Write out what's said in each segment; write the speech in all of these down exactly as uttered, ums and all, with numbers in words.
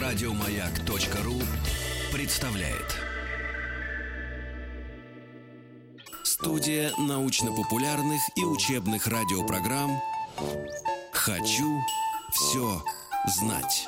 Радиомаяк.ру представляет. Студия научно-популярных и учебных радиопрограмм «Хочу все знать».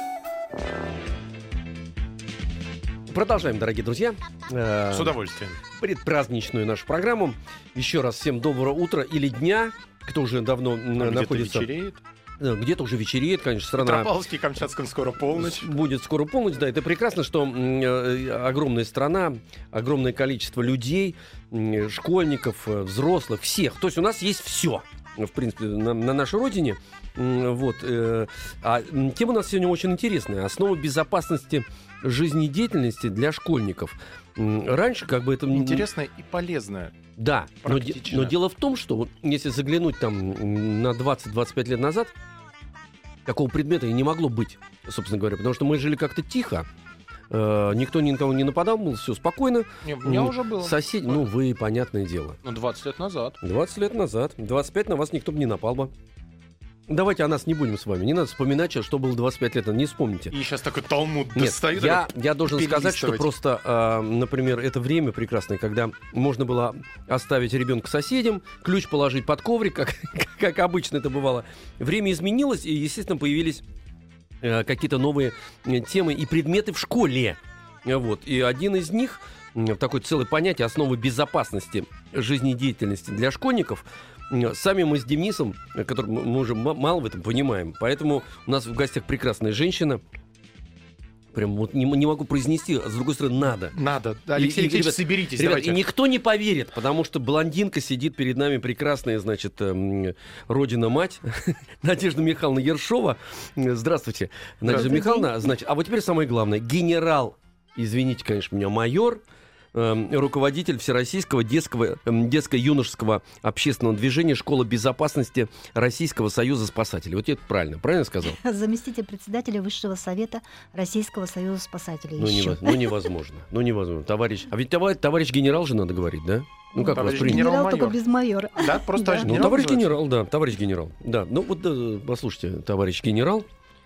Продолжаем, дорогие друзья. С удовольствием. Предпраздничную нашу программу. Еще раз всем доброго утра или дня, кто уже давно а находится. Где-то вечереет. Где-то уже вечереет, конечно, страна. Петропавловске, Камчатском скоро полночь. Будет скоро полночь, да. Это прекрасно, что э, огромная страна, огромное количество людей, э, школьников, э, взрослых, всех. То есть у нас есть все, в принципе, на, на нашей родине. Э, вот. Э, а тема у нас сегодня очень интересная. Основа безопасности жизнедеятельности для школьников. Раньше как бы это... Интересное и полезное. Да, но, де- но дело в том, что если заглянуть там на двадцать-двадцать пять лет назад, такого предмета и не могло быть, собственно говоря, потому что мы жили как-то тихо, э, никто ни на кого не нападал, было все спокойно. Не, у меня уже было. Соседи, ну вы, понятное дело. Ну, двадцать лет назад. двадцать лет назад, двадцать пять на вас никто бы не напал бы. Давайте о нас не будем с вами. Не надо вспоминать, что было двадцать пять лет, не вспомните. И сейчас такой талмуд Нет, достаю. я, я должен сказать, что просто, э, например, это время прекрасное, когда можно было оставить ребенка соседям, ключ положить под коврик, как, как обычно это бывало. Время изменилось, и, естественно, появились э, какие-то новые темы и предметы в школе. Вот. И один из них, такое целое понятие, основы безопасности жизнедеятельности для школьников. Сами мы с Денисом, который мы уже мало в этом понимаем, поэтому у нас в гостях прекрасная женщина. Прям вот не, не могу произнести, а с другой стороны, надо. Надо. Алексей и, Алексеевич, ребят, соберитесь, ребят, давайте. И никто не поверит, потому что блондинка сидит перед нами, прекрасная, значит, эм, родина-мать, Надежда Михайловна Ершова. Здравствуйте, Надежда Михайловна. Значит, а вот теперь самое главное. Генерал, извините, конечно, меня, майор, руководитель Всероссийского детского, детско-юношеского общественного движения «Школа безопасности Российского союза спасателей». Вот я это правильно, правильно сказал? Заместитель председателя Высшего совета Российского союза спасателей. Ну, невоз... ну невозможно, ну невозможно. Товарищ... А ведь товарищ, товарищ генерал же надо говорить, да? Ну, как товарищ вас генерал, генерал-майор. только без майора. Да, просто Да. товарищ Ну, генерал. товарищ называется? генерал, да, товарищ генерал. Да, ну вот, да, послушайте, товарищ генерал.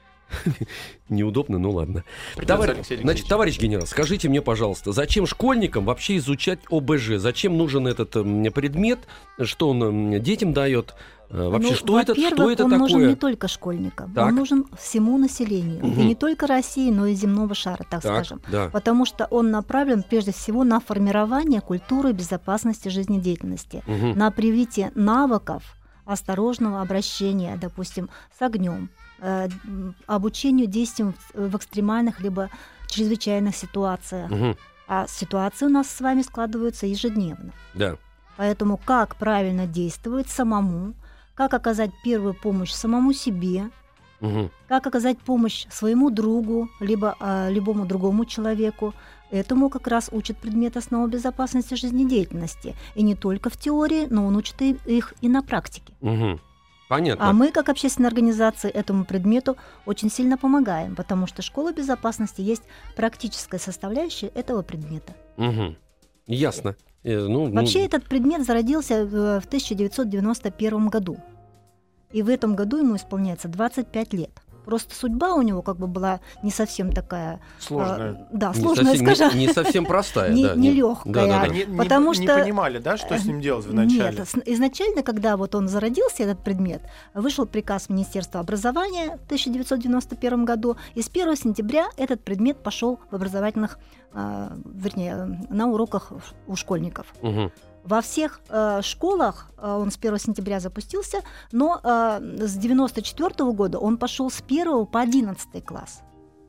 Неудобно, ну ладно. Товарищ, значит, товарищ генерал, скажите мне, пожалуйста, зачем школьникам вообще изучать ОБЖ? Зачем нужен этот э, предмет? Что он э, детям дает? Э, вообще, Ну, что, это, что это он такое? нужен не только школьникам, Так. он нужен всему населению. Угу. И не только России, но и земного шара, так, Так, скажем. да. Потому что он направлен прежде всего на формирование культуры безопасности жизнедеятельности, Угу. на привитие навыков осторожного обращения, допустим, с огнем, э, обучению действиям в, в экстремальных либо чрезвычайных ситуациях. Угу. А ситуации у нас с вами складываются ежедневно. Да. Поэтому как правильно действовать самому, как оказать первую помощь самому себе, Угу. как оказать помощь своему другу, либо э, любому другому человеку. Этому как раз учит предмет основы безопасности жизнедеятельности. И не только в теории, но он учит и- их и на практике. Угу. Понятно. А мы, как общественная организация, этому предмету очень сильно помогаем, потому что школа безопасности есть практическая составляющая этого предмета. Угу. Ясно. Э, ну, Вообще ну... этот предмет зародился в в тысяча девятьсот девяносто первом году. И в этом году ему исполняется двадцать пять лет. Просто судьба у него как бы была не совсем такая... Сложная. э, да, Не сложная, совсем, скажем. не, не совсем простая. Не- да, нелёгкая. Да, да, да. Они не- Потому не что- понимали, да, что с ним делать вначале? Нет, с- изначально, когда вот он зародился, этот предмет, вышел приказ Министерства образования в тысяча девятьсот девяносто первом году, и с первого сентября этот предмет пошел в образовательных, э, вернее, на уроках у школьников. Угу. Во всех э, школах э, он с первого сентября запустился, но э, с девяносто четвёртого года он пошел с первого по одиннадцатый класс.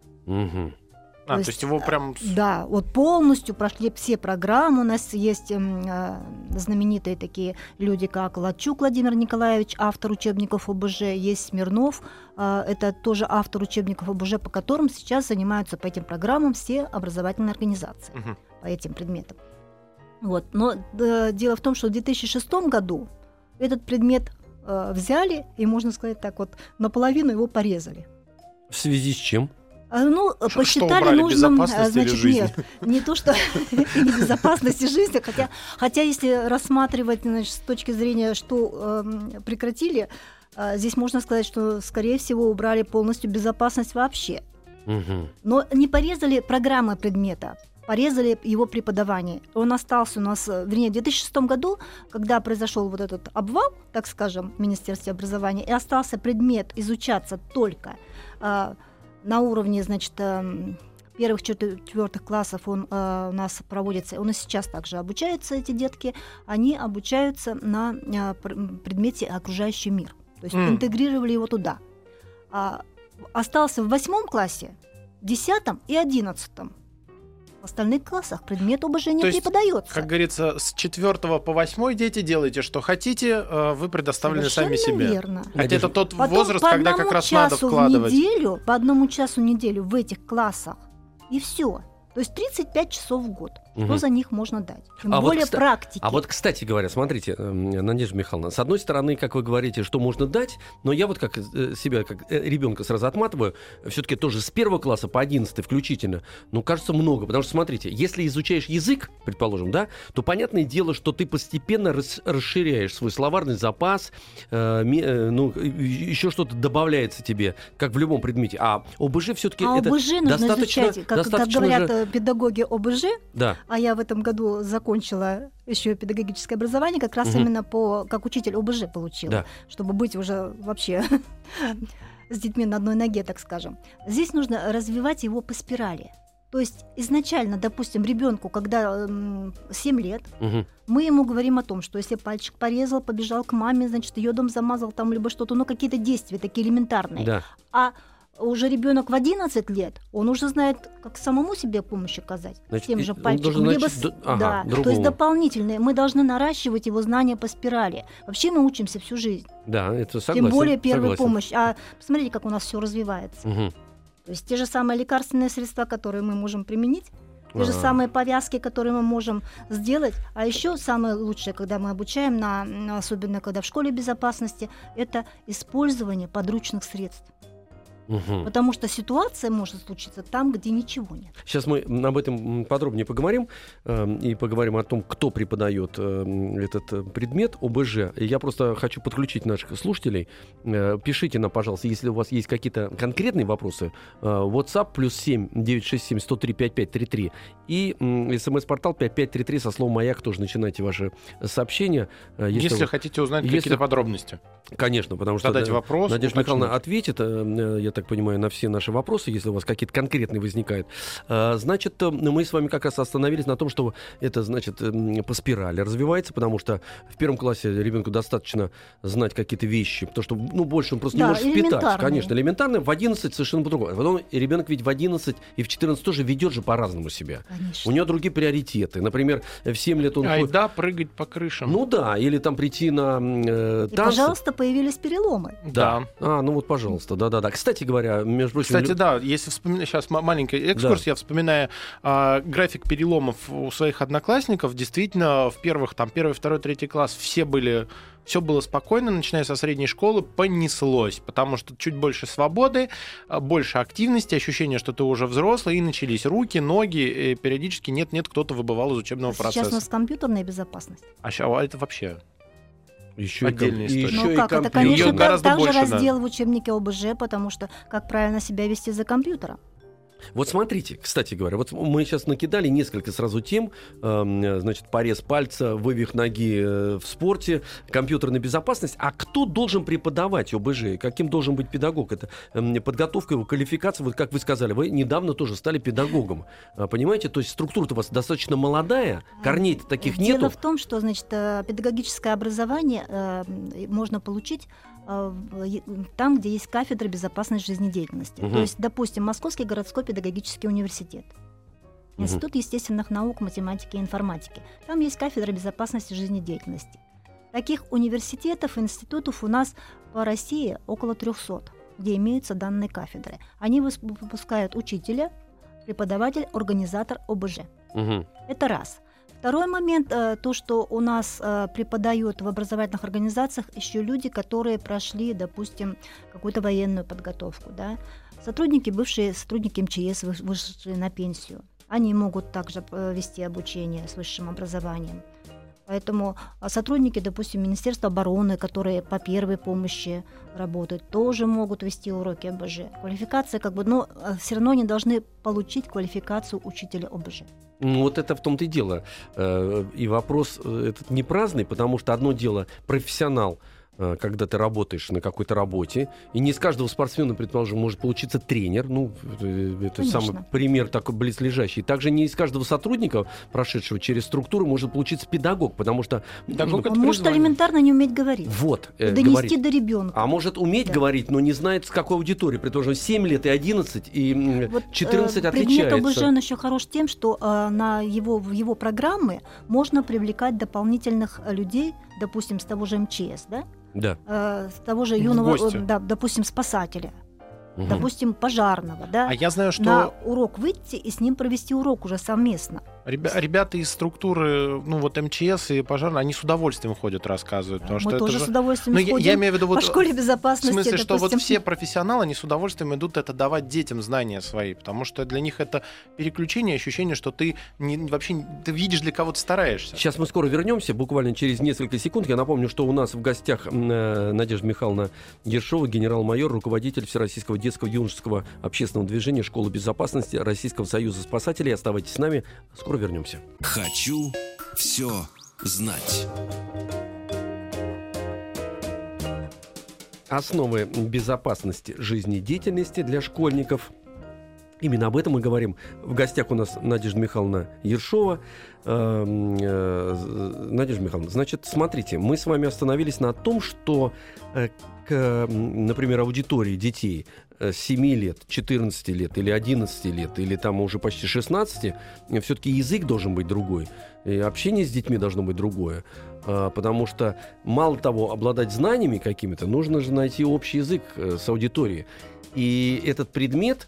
Угу. А, то есть, есть его прям... с- Да, вот полностью прошли все программы. У нас есть эм, э, знаменитые такие люди, как Лачук Владимир Николаевич, автор учебников ОБЖ, есть Смирнов, э, это тоже автор учебников ОБЖ, по которым сейчас занимаются по этим программам все образовательные организации, Мгм. по этим предметам. Вот. Но э, дело в том, что в две тысячи шестом году этот предмет э, взяли и, можно сказать так, вот наполовину его порезали. В связи с чем? А, Ну, Что- что посчитали убрали, нужным, безопасность а, значит, или жизнь? нет, не то, что и не безопасность и жизнь, хотя, хотя если рассматривать, значит, с точки зрения, что эм, прекратили, а, здесь можно сказать, что, скорее всего, убрали полностью безопасность вообще. Угу. Но не порезали программы предмета, порезали его преподавание. Он остался у нас, вернее, в две тысячи шестом году, когда произошел вот этот обвал, так скажем, в Министерстве образования, и остался предмет изучаться только э, на уровне, значит, э, первых четвертых классов он э, у нас проводится, он и сейчас также обучаются, эти детки, они обучаются на э, предмете окружающий мир. То есть mm. интегрировали его туда. А, остался в восьмом классе, десятом и одиннадцатом. В остальных классах предмет ОБЖ не То преподается. Есть, как говорится, с четвертого по восьмой дети делаете, что хотите, вы предоставлены совершенно сами себе. Верно. Хотя это тот Потом возраст, когда как раз надо вкладывать. В неделю, по одному часу в неделю в этих классах, и все. То есть тридцать пять часов в год. Угу. Что за них можно дать? Тем а более вот, практики. А вот, кстати говоря, смотрите, Надежда Михайловна, с одной стороны, как вы говорите, что можно дать, но я вот как себя, как ребенка сразу отматываю, все-таки тоже с первого класса по одиннадцатый включительно, ну, кажется, много. Потому что, смотрите, если изучаешь язык, предположим, да, то понятное дело, что ты постепенно рас- расширяешь свой словарный запас, э, э, ну, еще что-то добавляется тебе, как в любом предмете. А ОБЖ все-таки а это ОБЖ нужно достаточно... изучать, как, достаточно как говорят же... педагоги ОБЖ, да. А я в этом году закончила еще педагогическое образование, как раз угу. именно по, как учитель ОБЖ получила, да. чтобы быть уже вообще с детьми на одной ноге, так скажем. Здесь нужно развивать его по спирали. То есть изначально, допустим, ребенку, когда м, семь лет, угу. мы ему говорим о том, что если пальчик порезал, побежал к маме, значит, йодом замазал там либо что-то, ну какие-то действия такие элементарные. Да. А уже ребенок в одиннадцать лет, он уже знает, как самому себе помощь оказать, значит, тем же пальчиком. Либо начать... с... ага, да. То есть дополнительные. Мы должны наращивать его знания по спирали. Вообще мы учимся всю жизнь. Да, это согласен. Тем более первая согласен. помощь. А посмотрите, как у нас все развивается. Угу. То есть те же самые лекарственные средства, которые мы можем применить, те А-а-а. же самые повязки, которые мы можем сделать. А еще самое лучшее, когда мы обучаем, на, особенно когда в школе безопасности, это использование подручных средств. Угу. Потому что ситуация может случиться там, где ничего нет. Сейчас мы об этом подробнее поговорим э, и поговорим о том, кто преподает э, этот предмет ОБЖ. Я просто хочу подключить наших слушателей. Э, пишите нам, пожалуйста, если у вас есть какие-то конкретные вопросы. Э, WhatsApp плюс семь девятьсот шестьдесят семь сто три пятьдесят пять тридцать три и э, смс-портал пять пять три три со словом «Маяк». Тоже начинайте ваши сообщения. Э, если если вы, хотите узнать если... какие-то подробности. Конечно, потому что задать вопрос, Надежда уточнить. Михайловна ответит, э, я так понимаю, на все наши вопросы, если у вас какие-то конкретные возникают. Значит, мы с вами как раз остановились на том, что это, значит, по спирали развивается, потому что в первом классе ребенку достаточно знать какие-то вещи, потому что, ну, больше он просто да, не может впитать. Конечно, элементарно. В одиннадцать совершенно по-другому. Потом ребенок ведь в одиннадцать и в четырнадцать тоже ведет же по-разному себя. Конечно. У него другие приоритеты. Например, в семь лет он... Ай да, прыгать по крышам. Ну да, или там прийти на э, танцы. И, пожалуйста, появились переломы. Да. да. А, ну вот, пожалуйста, да-да-да. Кстати говоря, между прочим... Кстати, да, если вспоминать... Сейчас маленький экскурс, да. я вспоминаю а, график переломов у своих одноклассников. Действительно, в первых, там, первый, второй, третий класс все были... Все было спокойно, начиная со средней школы, понеслось, потому что чуть больше свободы, больше активности, ощущение, что ты уже взрослый, и начались руки, ноги, и периодически нет-нет, кто-то выбывал из учебного а процесса. Сейчас у нас компьютерная безопасность. А сейчас это вообще... Еще отдельная и, история. Ну и как, это, конечно, гораздо также больше, раздел да. в учебнике ОБЖ, потому что как правильно себя вести за компьютером. Вот смотрите, кстати говоря, вот мы сейчас накидали несколько сразу тем, э, значит, порез пальца, вывих ноги э, в спорте, компьютерная безопасность. А кто должен преподавать ОБЖ? Каким должен быть педагог? Это э, подготовка его, квалификация. Вот как вы сказали, вы недавно тоже стали педагогом. А, понимаете? То есть структура-то у вас достаточно молодая, корней-то таких Дело нету. в том, что, значит, педагогическое образование э, можно получить там, где есть кафедра безопасности жизнедеятельности. Угу. То есть, допустим, Московский городской педагогический университет, Институт угу. естественных наук, математики и информатики. Там есть кафедра безопасности жизнедеятельности. Таких университетов, институтов у нас по России около трехсот, где имеются данные кафедры. Они выпускают учителя, преподаватель, организатор ОБЖ. Угу. Это раз. Второй момент, то, что у нас преподают в образовательных организациях еще люди, которые прошли, допустим, какую-то военную подготовку. Да? Сотрудники, бывшие сотрудники эм че эс, вышедшие на пенсию, они могут также вести обучение с высшим образованием. Поэтому сотрудники, допустим, Министерства обороны, которые по первой помощи работают, тоже могут вести уроки ОБЖ. Квалификация как бы, но все равно они должны получить квалификацию учителя ОБЖ. Ну, вот это в том-то и дело. И вопрос этот не праздный, потому что одно дело профессионал, когда ты работаешь на какой-то работе, и не из каждого спортсмена, предположим, может получиться тренер, ну, это Конечно. самый пример такой близлежащий. Также не из каждого сотрудника, прошедшего через структуру, может получиться педагог, потому что... Педагог Он может элементарно не уметь говорить. Вот. Э, донести говорить. до ребенка. А может уметь да. говорить, но не знает, с какой аудиторией. Предположим, семь лет и одиннадцать, и вот, четырнадцать э, отличается. Предмет ОБЖ он еще хорош тем, что э, на его, в его программы можно привлекать дополнительных людей, допустим, с того же эм че эс, да? Да. Э, с того же юного, э, да, допустим, спасателя, угу. допустим, пожарного, да? А я знаю, что... На урок выйти и с ним провести урок уже совместно. Ребя- ребята из структуры, ну вот эм че эс и пожарные, они с удовольствием ходят, рассказывают. Потому Мы что тоже это же... с удовольствием ну, ходим я, я имею в виду, вот, по школе безопасности. В смысле, допустим. что вот все профессионалы, они с удовольствием идут это давать детям знания свои, потому что для них это переключение, ощущение, что ты не, вообще ты видишь, для кого ты стараешься. Сейчас мы скоро вернемся, буквально через несколько секунд. Я напомню, что у нас в гостях э, Надежда Михайловна Ершова, генерал-майор, руководитель Всероссийского детского юношеского общественного движения Школы безопасности Российского союза спасателей. Оставайтесь с нами, скоро вернемся. Хочу все знать. Основы безопасности жизнедеятельности для школьников. Именно об этом мы говорим. В гостях у нас Надежда Михайловна Ершова. Надежда Михайловна, значит, смотрите, мы с вами остановились на том, что к, например, аудитории детей семи лет, четырнадцати лет или одиннадцати лет, или там уже почти шестнадцати, все-таки язык должен быть другой, и общение с детьми должно быть другое, потому что мало того, обладать знаниями какими-то, нужно же найти общий язык с аудиторией. И этот предмет,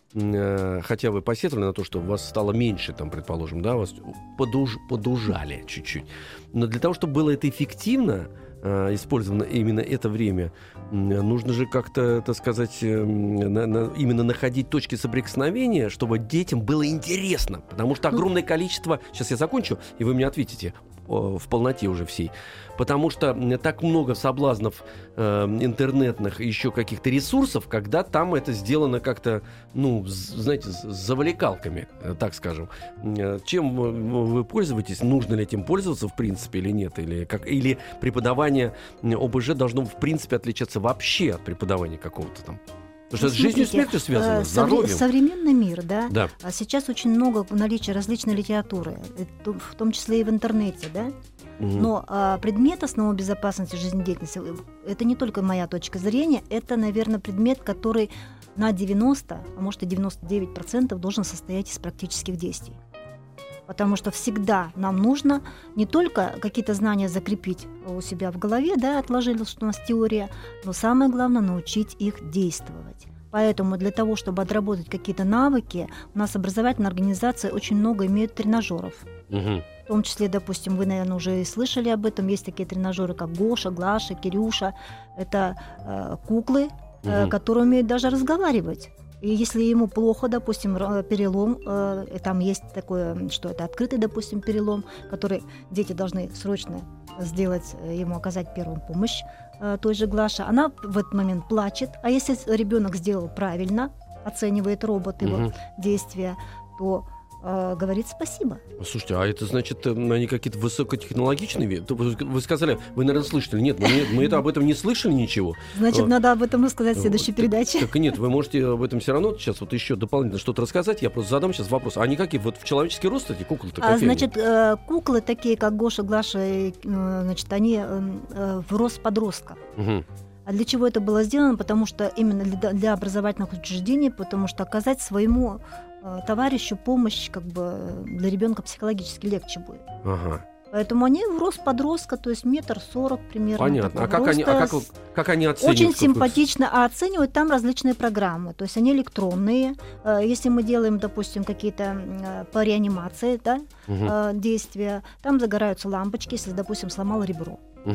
хотя вы посетовали на то, что у вас стало меньше, там, предположим, да, вас подуж, подужали чуть-чуть, но для того, чтобы было это эффективно, использовано именно это время, нужно же как-то, так сказать, на, на, именно находить точки соприкосновения, чтобы детям было интересно, потому что огромное количество, сейчас я закончу, и вы мне ответите в полноте уже всей, потому что так много соблазнов э, интернетных и еще каких-то ресурсов, когда там это сделано как-то, ну, знаете, с завлекалками, так скажем. Чем вы пользуетесь? Нужно ли этим пользоваться в принципе или нет? Или, как, или преподавание ОБЖ должно в принципе отличаться вообще от преподавания какого-то там? Потому что с жизнью и смертью связано, с здоровьем. Современный мир, да? Да. Сейчас очень много наличия различной литературы, в том числе и в интернете, да? Угу. Но а, предмет основы безопасности жизнедеятельности – это не только моя точка зрения, это, наверное, предмет, который на девяносто, а может и девяносто девять процентов должен состоять из практических действий. Потому что всегда нам нужно не только какие-то знания закрепить у себя в голове, да, отложилось, что у нас теория, но самое главное – научить их действовать. Поэтому для того, чтобы отработать какие-то навыки, у нас образовательные организации очень много имеют тренажеров. Угу. В том числе, допустим, вы, наверное, уже и слышали об этом, есть такие тренажеры, как Гоша, Глаша, Кирюша. Это э, куклы, э, угу. которые умеют даже разговаривать. И если ему плохо, допустим, перелом, э, там есть такое, что это открытый, допустим, перелом, который дети должны срочно сделать, ему оказать первую помощь, э, той же Глаше, она в этот момент плачет. А если ребенок сделал правильно, оценивает робот его угу. действия, то э, говорит спасибо. Слушайте, а это значит, они какие-то высокотехнологичные? Вы сказали, вы, наверное, слышали. Нет, мы, мы это, об этом не слышали ничего. Значит, а, надо об этом рассказать в следующей передаче. Так и нет, вы можете об этом все равно сейчас вот еще дополнительно что-то рассказать. Я просто задам сейчас вопрос. А они какие? Вот в человеческий рост эти куклы-то какие? А, значит, э, куклы такие, как Гоша, Глаша, э, значит, они э, в рост подростка. Угу. А для чего это было сделано? Потому что именно для, для образовательных учреждений, потому что оказать своему э, товарищу помощь как бы для ребенка психологически легче будет. Ага. Поэтому они в рост подростка, то есть метр сорок примерно. Понятно. А, как они, а как, как они оценивают? Очень симпатично. А оценивают там различные программы. То есть они электронные. Если мы делаем, допустим, какие-то по реанимации, да, угу. действия, там загораются лампочки, если, допустим, сломал ребро. Угу.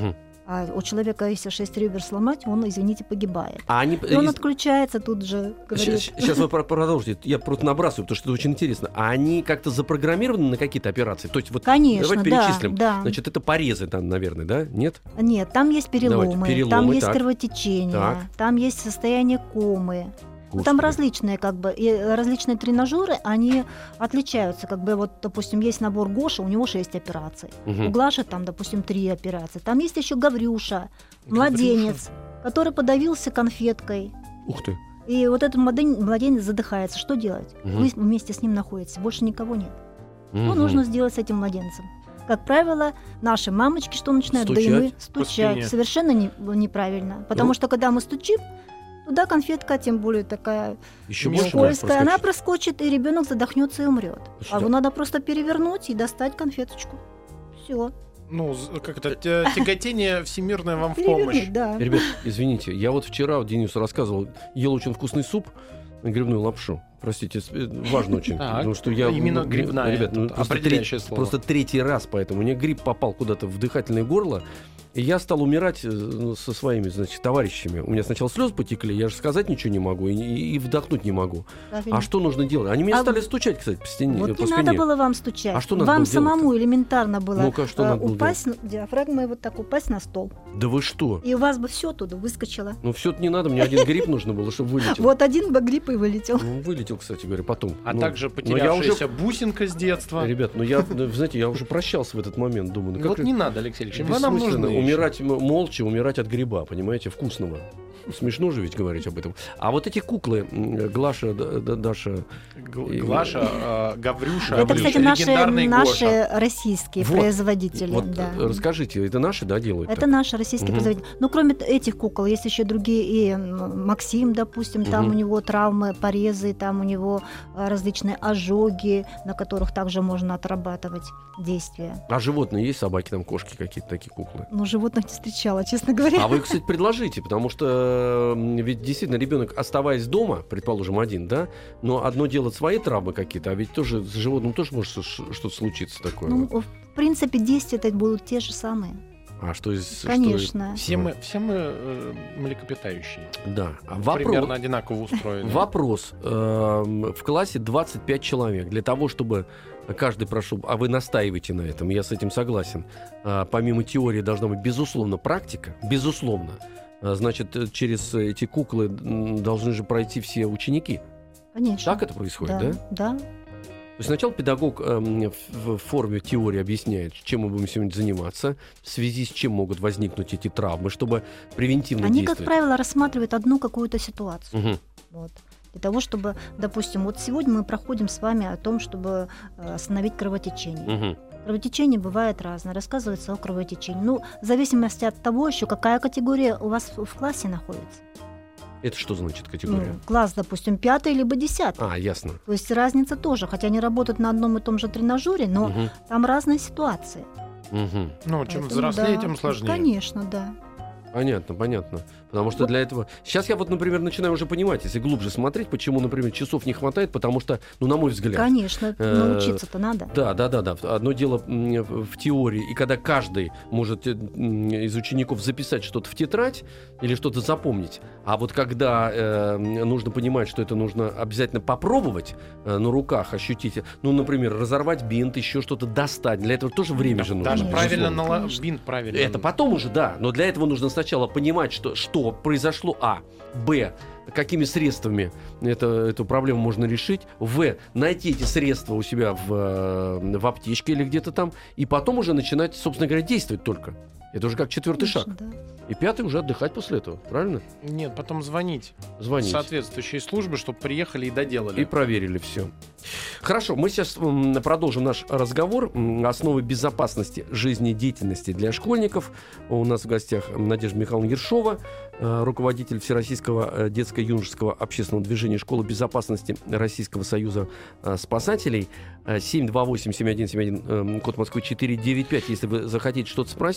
А у человека, если шесть ребер сломать, он, извините, погибает. А они... И он отключается тут же. Говорит... Сейчас вы продолжите. Я просто набрасываю, потому что это очень интересно. А они как-то запрограммированы на какие-то операции? То есть вот Конечно, давайте перечислим. Да, да. Значит, это порезы там, наверное, да? Нет? Нет, там есть переломы, Давайте, переломы там есть так. кровотечение, Так. там есть состояние комы. Господи. Там различные, как бы, и различные тренажеры, они отличаются. Как бы, вот, допустим, есть набор Гоша, у него шесть операций. Угу. У Глаши там, допустим, три операции. Там есть еще Гаврюша, Гаврюша. младенец, который подавился конфеткой. Ух ты. И вот этот младен- младенец задыхается. Что делать? Угу. Вы вместе с ним находитесь, больше никого нет. Что Угу. нужно сделать с этим младенцем? Как правило, наши мамочки что начинают? Стучать. Да и мы По стучать. спине. Совершенно не- неправильно. Потому Ну. что когда мы стучим, туда конфетка, тем более такая Еще Мелкая. больше может скользкая, она проскочить. проскочит, и ребенок задохнется и умрет. А Что? его надо просто перевернуть и достать конфеточку. Все. Ну, з- как это, тя- тяготение всемирное вам в помощь. Перевернуть, да. Ребят, извините, я вот вчера Денису рассказывал, ел очень вкусный суп, грибную лапшу. Простите, с- э, важно очень. Так, Потому что я... именно ну, грибная, Ребят, ну, это просто, определяющее треть- слово. просто третий раз, поэтому мне гриб попал куда-то в дыхательное горло, и я стал умирать э, ну, со своими, значит, товарищами. У меня сначала слезы потекли, я же сказать ничего не могу и, и- и вдохнуть не могу. Правильно. А что нужно делать? Они меня А стали стучать, кстати, по стене. Вот по не спине. надо было вам стучать. А что надо вам было делать-то? самому элементарно было Ну-ка, что э, надо было упасть, на- диафрагмой вот так упасть на стол. Да вы что? И у вас бы все туда выскочило. Ну все не надо, мне один гриб нужно было, чтобы вылетел. Вот один бы грипп и вылетел. Ну, вылетел, кстати говоря, потом. А Ну, также но я уже- потерявшаяся бусинка с детства. Ребят, ну я, ну, вы знаете, я уже прощался в этот момент, думаю, ну Вот как не надо, Алексей Алексеевич, вы нам бессмысленно нужны еще. умирать м- молча, умирать от гриба, понимаете, вкусного. Смешно же ведь говорить об этом. А вот эти куклы, м, Глаша, Д- Д- Даша... Г- И- Глаша, э, Гаврюша, Это, Гаврюша. кстати, наши, легендарный наши Гоша. российские Вот, производители. Вот да. э, расскажите, это наши, да, делают? Это наши российские Мгм. производители. Но кроме т- этих кукол, есть еще другие. И м, Максим, допустим, там Мгм. у него травмы, порезы, там у него а, различные ожоги, на которых также можно отрабатывать действия. А животные есть, собаки, там, кошки какие-то, такие куклы? Но животных не встречала, честно говоря. А вы, кстати, предложите, потому что м, ведь действительно ребенок, оставаясь дома, предположим, один, да, но одно дело свои травмы какие-то, а ведь тоже с животным тоже может ш- что-то случиться такое. Ну, в принципе, действия это будут те же самые. А что из... что- Конечно. Все мы, все мы э, млекопитающие. Да. А вопрос, Примерно одинаково устроены. вопрос. Эм, в классе двадцать пять человек. Для того, чтобы каждый прошел... А вы настаиваете на этом, я с этим согласен. А, помимо теории должна быть, безусловно, практика. Безусловно. А, значит, э, через эти куклы м, должны же пройти все ученики. Конечно. Так это происходит, да? Да, да. То есть сначала педагог эм, в, в форме теории объясняет, чем мы будем сегодня заниматься, в связи с чем могут возникнуть эти травмы, чтобы превентивно Они, действовать. как правило, рассматривают одну какую-то ситуацию. Мгм. Вот. Для того, чтобы, допустим, вот сегодня мы проходим с вами о том, чтобы э, остановить кровотечение. Мгм. Кровотечение бывает разное, рассказывается о кровотечении. Ну, в зависимости от того еще, какая категория у вас в в классе находится. Это что значит Ну, категория? класс, допустим, пятый либо десятый. А, ясно. То есть разница тоже, хотя они работают на одном и том же тренажере, но Мгм. там разные ситуации. Мгм. Ну, чем Поэтому, взрослее, да, тем сложнее. Конечно, да. Понятно, понятно. Потому что Вот. для этого... Сейчас я вот, например, начинаю уже понимать, если глубже смотреть, почему, например, часов не хватает, потому что, ну, на мой взгляд... Конечно, Э, научиться-то надо. Да, да, да, да. Одно дело м, в в теории, и когда каждый может э, м, из учеников записать что-то в тетрадь или что-то запомнить, а вот когда э, нужно понимать, что это нужно обязательно попробовать э, на руках, ощутить, ну, например, разорвать бинт, еще что-то достать, для этого тоже время же нужно. Даже Конечно. правильно безусловно. нала... Конечно. бинт правильно. Это потом уже, да, но для этого нужно сначала понимать, что, что произошло, а, б, какими средствами это, эту проблему можно решить, в, найти эти средства у себя в, э, в аптечке или где-то там, и потом уже начинать, собственно говоря, действовать только. Это уже как четвертый шаг. Конечно, да. И пятый уже отдыхать после этого, правильно? Нет, потом звонить в Звонить. соответствующие службы, чтобы приехали и доделали. И проверили все. Хорошо, мы сейчас м, продолжим наш разговор. М, Основы безопасности жизнедеятельности для школьников. У нас в гостях Надежда Михайловна Ершова, э, руководитель Всероссийского э, детско-юношеского общественного движения «Школа безопасности Российского союза э, спасателей». Э, семь два восемь семь один семь один, э, код Москвы четыре девять пять, если вы захотите что-то спросить. И Или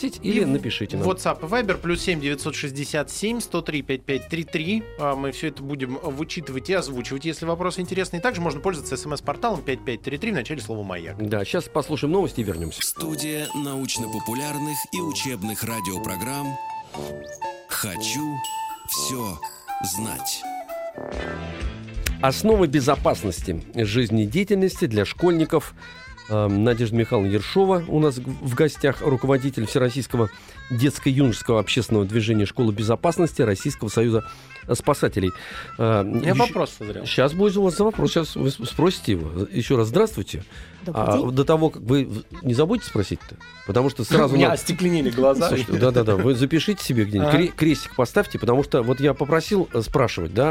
напишите нам. WhatsApp и Viber плюс семь девятьсот шестьдесят семь сто три пятьдесят пять тридцать три. Мы все это будем вычитывать и озвучивать, если вопросы интересные. Также можно пользоваться смс-порталом пять пять три три в начале слова «Маяк». Да, сейчас послушаем новости и вернемся. Студия научно-популярных и учебных радиопрограмм «Хочу все знать». Основы безопасности жизнедеятельности для школьников. Надежда Михайловна Ершова у нас в гостях, руководитель Всероссийского детско-юношеского общественного движения «Школа безопасности» Российского союза спасателей. У меня Еще... вопрос созрел. Сейчас будет у вас вопрос, сейчас вы спросите его. Еще раз здравствуйте. А, до того, как вы не забудьте спросить-то, потому что сразу... У меня остекленели глаза. Да-да-да, вы запишите себе где-нибудь, ага. крестик поставьте, потому что вот я попросил спрашивать, да,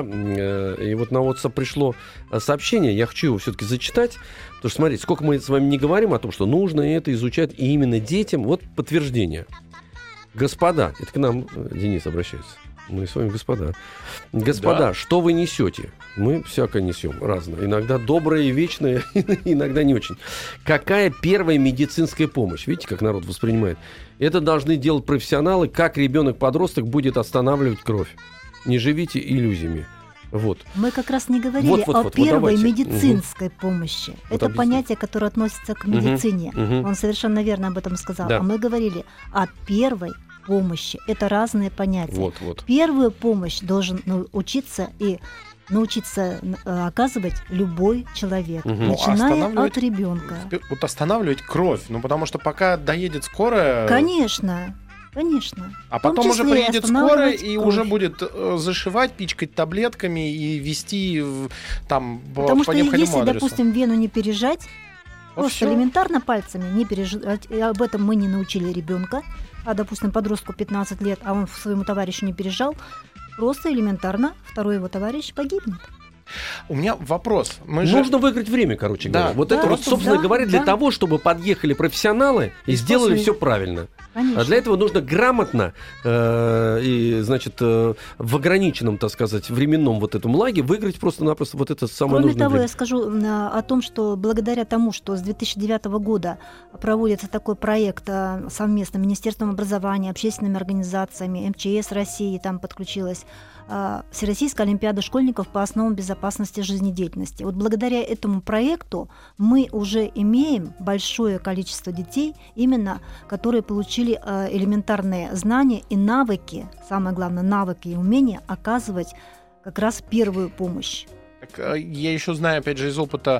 и вот на WhatsApp пришло сообщение, я хочу его все-таки зачитать, потому что, смотрите, сколько мы с вами не говорим о том, что нужно это изучать и именно детям, вот подтверждение. Господа, это к нам Денис обращается. Мы с вами господа. Господа, да. Что вы несете? Мы всякое несем, разное. Иногда доброе и вечное, иногда не очень. Какая первая медицинская помощь? Видите, как народ воспринимает? Это должны делать профессионалы, как ребенок-подросток будет останавливать кровь. Не живите иллюзиями. Вот. Мы как раз не говорили вот, вот, о вот, первой вот медицинской угу. помощи. Вот это объясни. Понятие, которое относится к медицине. Угу, угу. Он совершенно верно об этом сказал. Да. А мы говорили о первой помощи. Это разные понятия. Вот, вот. Первую помощь должен учиться и научиться оказывать любой человек, угу. начиная ну, от ребенка. Вот останавливать кровь, ну потому что пока доедет скорая... Конечно. Конечно. А потом уже приедет скорая и кровь. Уже будет зашивать, пичкать таблетками и вести там Потому по что если, адресу. допустим, вену не пережать, вот просто все. Элементарно пальцами не пережать, об этом мы не научили ребенка, а, допустим, подростку пятнадцать лет, а он своему товарищу не пережал, просто элементарно второй его товарищ погибнет. У меня вопрос. Мы Нужно же... выиграть время, короче да. говоря. Вот да, это вот, собственно да, говоря, для да. того, чтобы подъехали профессионалы и, и сделали после... все правильно. Конечно. А для этого нужно грамотно э, и, значит, э, в ограниченном, так сказать, временном вот этом лаге выиграть просто-напросто вот это самое Кроме нужное того, время. я скажу о том, что благодаря тому, что с две тысячи девятого года проводится такой проект совместно Министерством образования, общественными организациями, эм че эс России там подключилась, Всероссийская олимпиада школьников по основам безопасности жизнедеятельности. Вот благодаря этому проекту мы уже имеем большое количество детей, именно которые получили элементарные знания и навыки, самое главное, навыки и умения оказывать как раз первую помощь. Я еще знаю, опять же, из опыта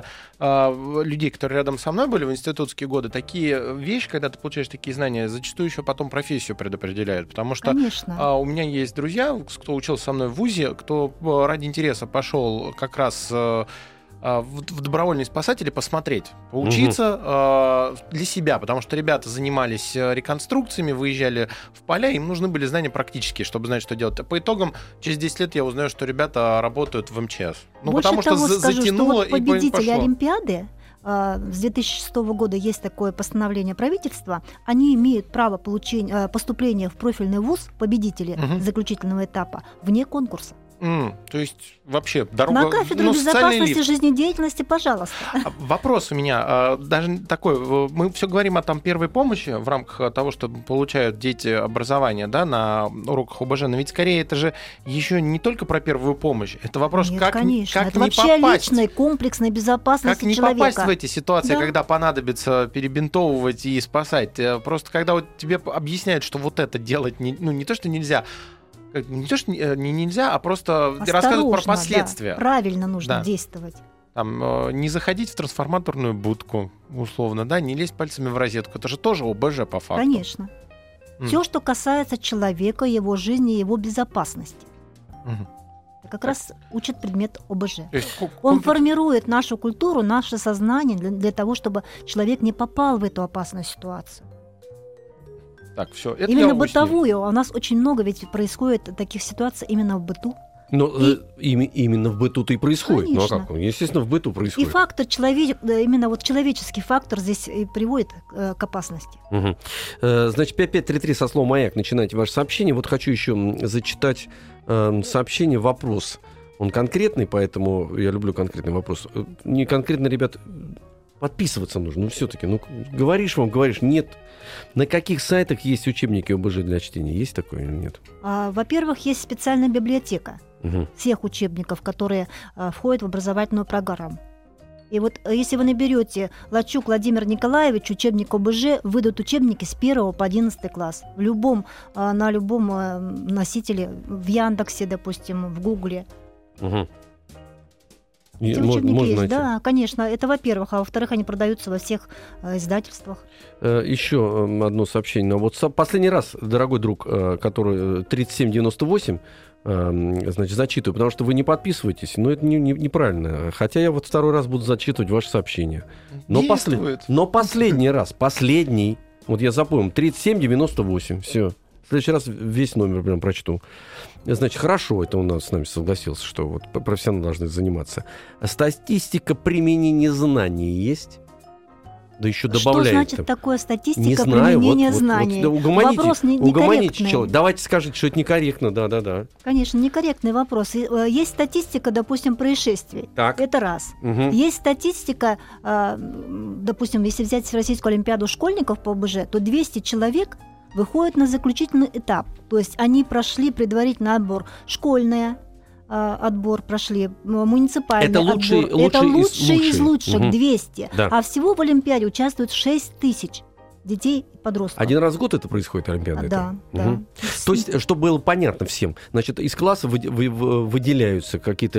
э, людей, которые рядом со мной были в институтские годы, такие вещи, когда ты получаешь такие знания, зачастую еще потом профессию предопределяют. Потому что э, у меня есть друзья, кто учился со мной в вузе, кто ради интереса пошел как раз э, в, в добровольные спасатели посмотреть, поучиться угу. э, для себя, потому что ребята занимались реконструкциями, выезжали в поля, им нужны были знания практические, чтобы знать, что делать. А по итогам, через десять лет я узнаю, что ребята работают в эм че эс. Ну, Больше потому того, что скажу, затянуло что вот победители и пошло. Олимпиады э, с две тысячи шестого года есть такое постановление правительства, они имеют право получения, поступления в профильный вуз, победители угу. заключительного этапа, вне конкурса. Mm, то есть вообще дорога... На кафедру ну, безопасности жизнедеятельности, пожалуйста. Вопрос у меня даже такой. Мы все говорим о там, первой помощи в рамках того, что получают дети образования, да, на уроках о бэ жэ. Но ведь скорее это же еще не только про первую помощь. Это вопрос, Нет, как, конечно. как это не вообще попасть... личной комплексной безопасности как не человека. попасть в эти ситуации, да. когда понадобится перебинтовывать и спасать. Просто когда вот тебе объясняют, что вот это делать не, ну, не то, что нельзя, не то, что не нельзя, а просто Осторожно, рассказывают про последствия. Да, правильно нужно да. действовать. Там, э, не заходить в трансформаторную будку, условно, да, не лезть пальцами в розетку. Это же тоже о бэ жэ по факту. Конечно. Mm. Все, что касается человека, его жизни, его безопасности. Mm-hmm. Это как так. раз учит предмет о бэ жэ. Есть, Он комплекс... формирует нашу культуру, наше сознание для, для того, чтобы человек не попал в эту опасную ситуацию. Так, все. Это именно бытовую. У нас очень много ведь происходит таких ситуаций именно в быту. Но и... э, именно в быту-то и происходит. Конечно. Ну а как? Естественно, в быту происходит. И фактор человек, именно вот человеческий фактор здесь и приводит э, к опасности. Угу. Э, значит, пять пять три три со словом «Маяк» начинайте ваше сообщение. Вот хочу еще зачитать э, сообщение, вопрос. Он конкретный, поэтому я люблю конкретный вопрос. Не конкретно, ребят... Подписываться нужно, ну все-таки. Ну, говоришь вам, говоришь, нет. На каких сайтах есть учебники ОБЖ для чтения? Есть такое или нет? А, во-первых, есть специальная библиотека угу. всех учебников, которые а, входят в образовательную программу. И вот если вы наберете Лачук Владимир Николаевич, учебник ОБЖ, выйдут учебники с первого по одиннадцатый класс. В любом, а, на любом а, носителе, в Яндексе, допустим, в Гугле. Угу. Эти М- учебники можно есть, найти. да, конечно. Это во-первых, а во-вторых, они продаются во всех э, издательствах. Э, Еще одно сообщение. Но вот со- последний раз, дорогой друг, э, который тридцать семь девяносто восемь, э, значит, зачитываю, потому что вы не подписываетесь, но это не, не- неправильно. Хотя я вот второй раз буду зачитывать ваши сообщения. Но, послед- Действует. но последний раз, последний, вот я запомнил, тридцать семь девяносто восемь, все. В следующий раз весь номер прям прочту. Значит, хорошо, это он с нами согласился, что вот профессионалы должны заниматься. Статистика применения знаний есть? Да еще добавляет. Что значит там. такое статистика Не знаю, применения вот, вот, знаний? вот, угомоните, Вопрос не, угомоните некорректный. человека. Давайте скажите, что это некорректно, да-да-да. Конечно, некорректный вопрос. И, э, Есть статистика, допустим, происшествий. Так. Это раз. Мгм. Есть статистика, э, м, допустим, если взять Всероссийскую олимпиаду школьников по ОБЖ, то двести человек выходят на заключительный этап. То есть они прошли предварительный отбор школьный, э, отбор прошли, м, муниципальный Это лучшие- отбор. Это лучшие из лучшие из лучших. лучших, Мгм. двести. Да. А всего в Олимпиаде участвует шесть тысяч детей и подростков. Один раз в год это происходит, Олимпиада? А, это? да, да. Мгм. То есть, чтобы было понятно всем, значит, из класса вы- вы- вы- выделяются какие-то...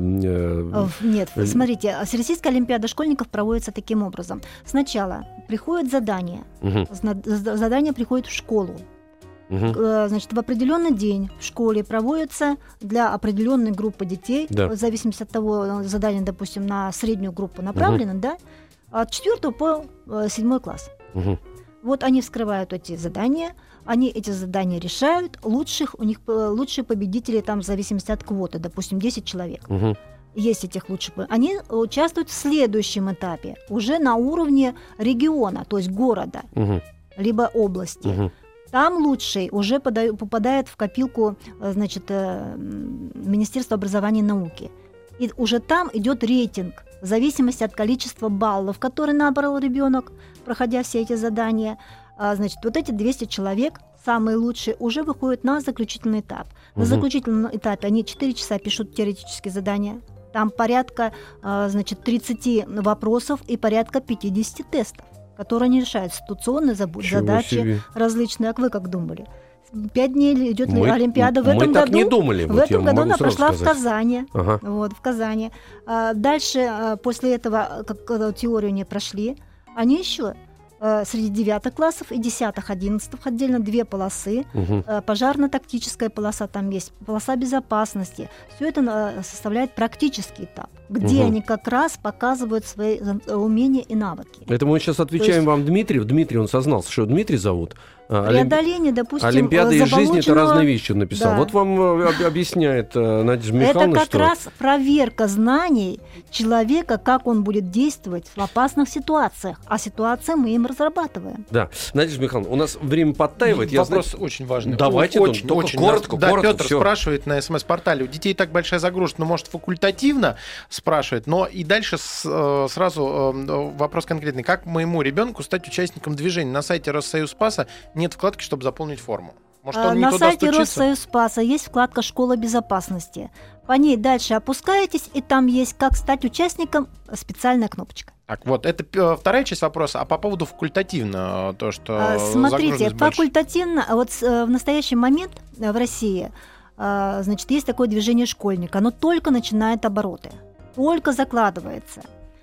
э, В- Нет, э, смотрите, Всероссийская олимпиада школьников проводится таким образом. Сначала приходит задание, мгм, зна- з- задание приходит в школу. мгм. Э, Значит, в определенный день в школе проводится для определенной группы детей, Да. в зависимости от того, задание, допустим, на среднюю группу направлено, да, от четвертого по э, седьмой класс. Мгм. Вот они вскрывают эти задания, они эти задания решают, лучших, у них э, лучшие победители там в зависимости от квоты, допустим, десять человек. Мгм. Есть этих лучших, они участвуют в следующем этапе, уже на уровне региона, то есть города, Мгм. либо области. Мгм. Там лучший уже подаю- попадает в копилку, э, значит, э, м, Министерства образования и науки. И уже там идет рейтинг в зависимости от количества баллов, которые набрал ребенок, проходя все эти задания. А, значит, вот эти двести человек, самые лучшие, уже выходят на заключительный этап. На Мгм. заключительном этапе они четыре часа пишут теоретические задания. Там порядка, а, значит, тридцать вопросов и порядка пятьдесят тестов, которые они решают. Ситуационные забу- Ничего задачи себе. различные. А вы как думали? Пять дней идет Мы- Олимпиада. В мы этом так году, не думали, в вот я этом году могу она сразу прошла в сказать. Казани. Ага. Вот, в Казани. А, дальше, а, после этого, как когда теорию не прошли, они еще а, среди девятых классов и десятых, одиннадцатых отдельно две полосы. Мгм. А, пожарно-тактическая полоса там есть, полоса безопасности. Все это а, составляет практический этап, где Мгм. они как раз показывают свои э, умения и навыки. Это мы сейчас отвечаем есть- вам, Дмитрий. Дмитрий, он сознался, что Дмитрий зовут. А, Олимпи- Преодоление, допустим, Олимпиада э, и жизнь — это заболоченного- разные вещи, он написал. Да. Вот вам э, об- объясняет э, Надежда Это Михайловна, как что... раз проверка знаний человека, как он будет действовать в опасных ситуациях. А ситуации мы им разрабатываем. Да, Надежда Михайловна, у нас время подтаивает. Я Вопрос знаю- очень важный. Давайте, очень, только очень. коротко, да, коротко, Петр всё. спрашивает на смс-портале. У детей так большая загрузка, ну, может, факультативно спрашивает, но и дальше с- э, сразу э, вопрос конкретный. Как моему ребенку стать участником движения? На сайте Россоюзпаса нет вкладки, чтобы заполнить форму. Может, А, он не На туда сайте стучится? Россоюзпаса есть вкладка «Школа безопасности». По ней дальше опускаетесь, и там есть «Как стать участником», специальная кнопочка. Так, вот, это э, вторая часть вопроса. А по поводу факультативно, э, то, что А, Смотрите, загруженность больше. факультативно, вот с- э, в настоящий момент э, в России, э, значит, есть такое движение «Школьник». Оно только начинает обороты, только закладывается.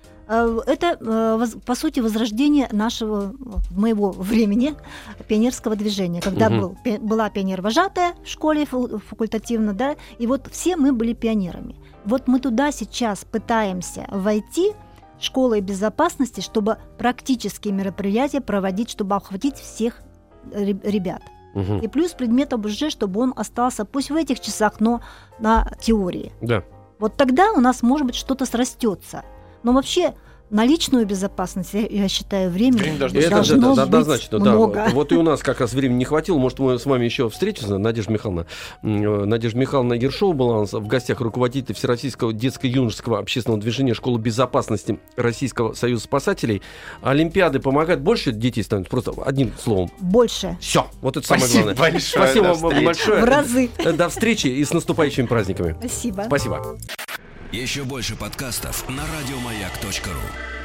Э, Это, э, воз- по сути, возрождение нашего, э, моего времени, пионерского движения, когда Мгм. был, пи- была пионер-вожатая в школе фу- факультативно, да, и вот все мы были пионерами. Вот мы туда сейчас пытаемся войти, школой безопасности, чтобы практические мероприятия проводить, чтобы охватить всех ре- ребят. Мгм. И плюс предмет ОБЖ, чтобы он остался, пусть в этих часах, но на теории. Да. Вот тогда у нас, может быть, что-то срастется. Но вообще на личную безопасность, я, я считаю, времени Время должно, это должно же, быть однозначно, много. Да. Вот и у нас как раз времени не хватило. Может, мы с вами еще встретимся, Надежда Михайловна. Надежда Михайловна Ершова была у нас в гостях, руководитель Всероссийского детско-юношеского общественного движения «Школа безопасности Российского союза спасателей». Олимпиады помогают? Больше детей становится? Просто одним словом. Больше. Все. Вот это самое Спасибо главное. большое. Спасибо вам большое. В разы. До встречи и с наступающими праздниками. Спасибо. Спасибо. Еще больше подкастов на радиомаяк точка ру.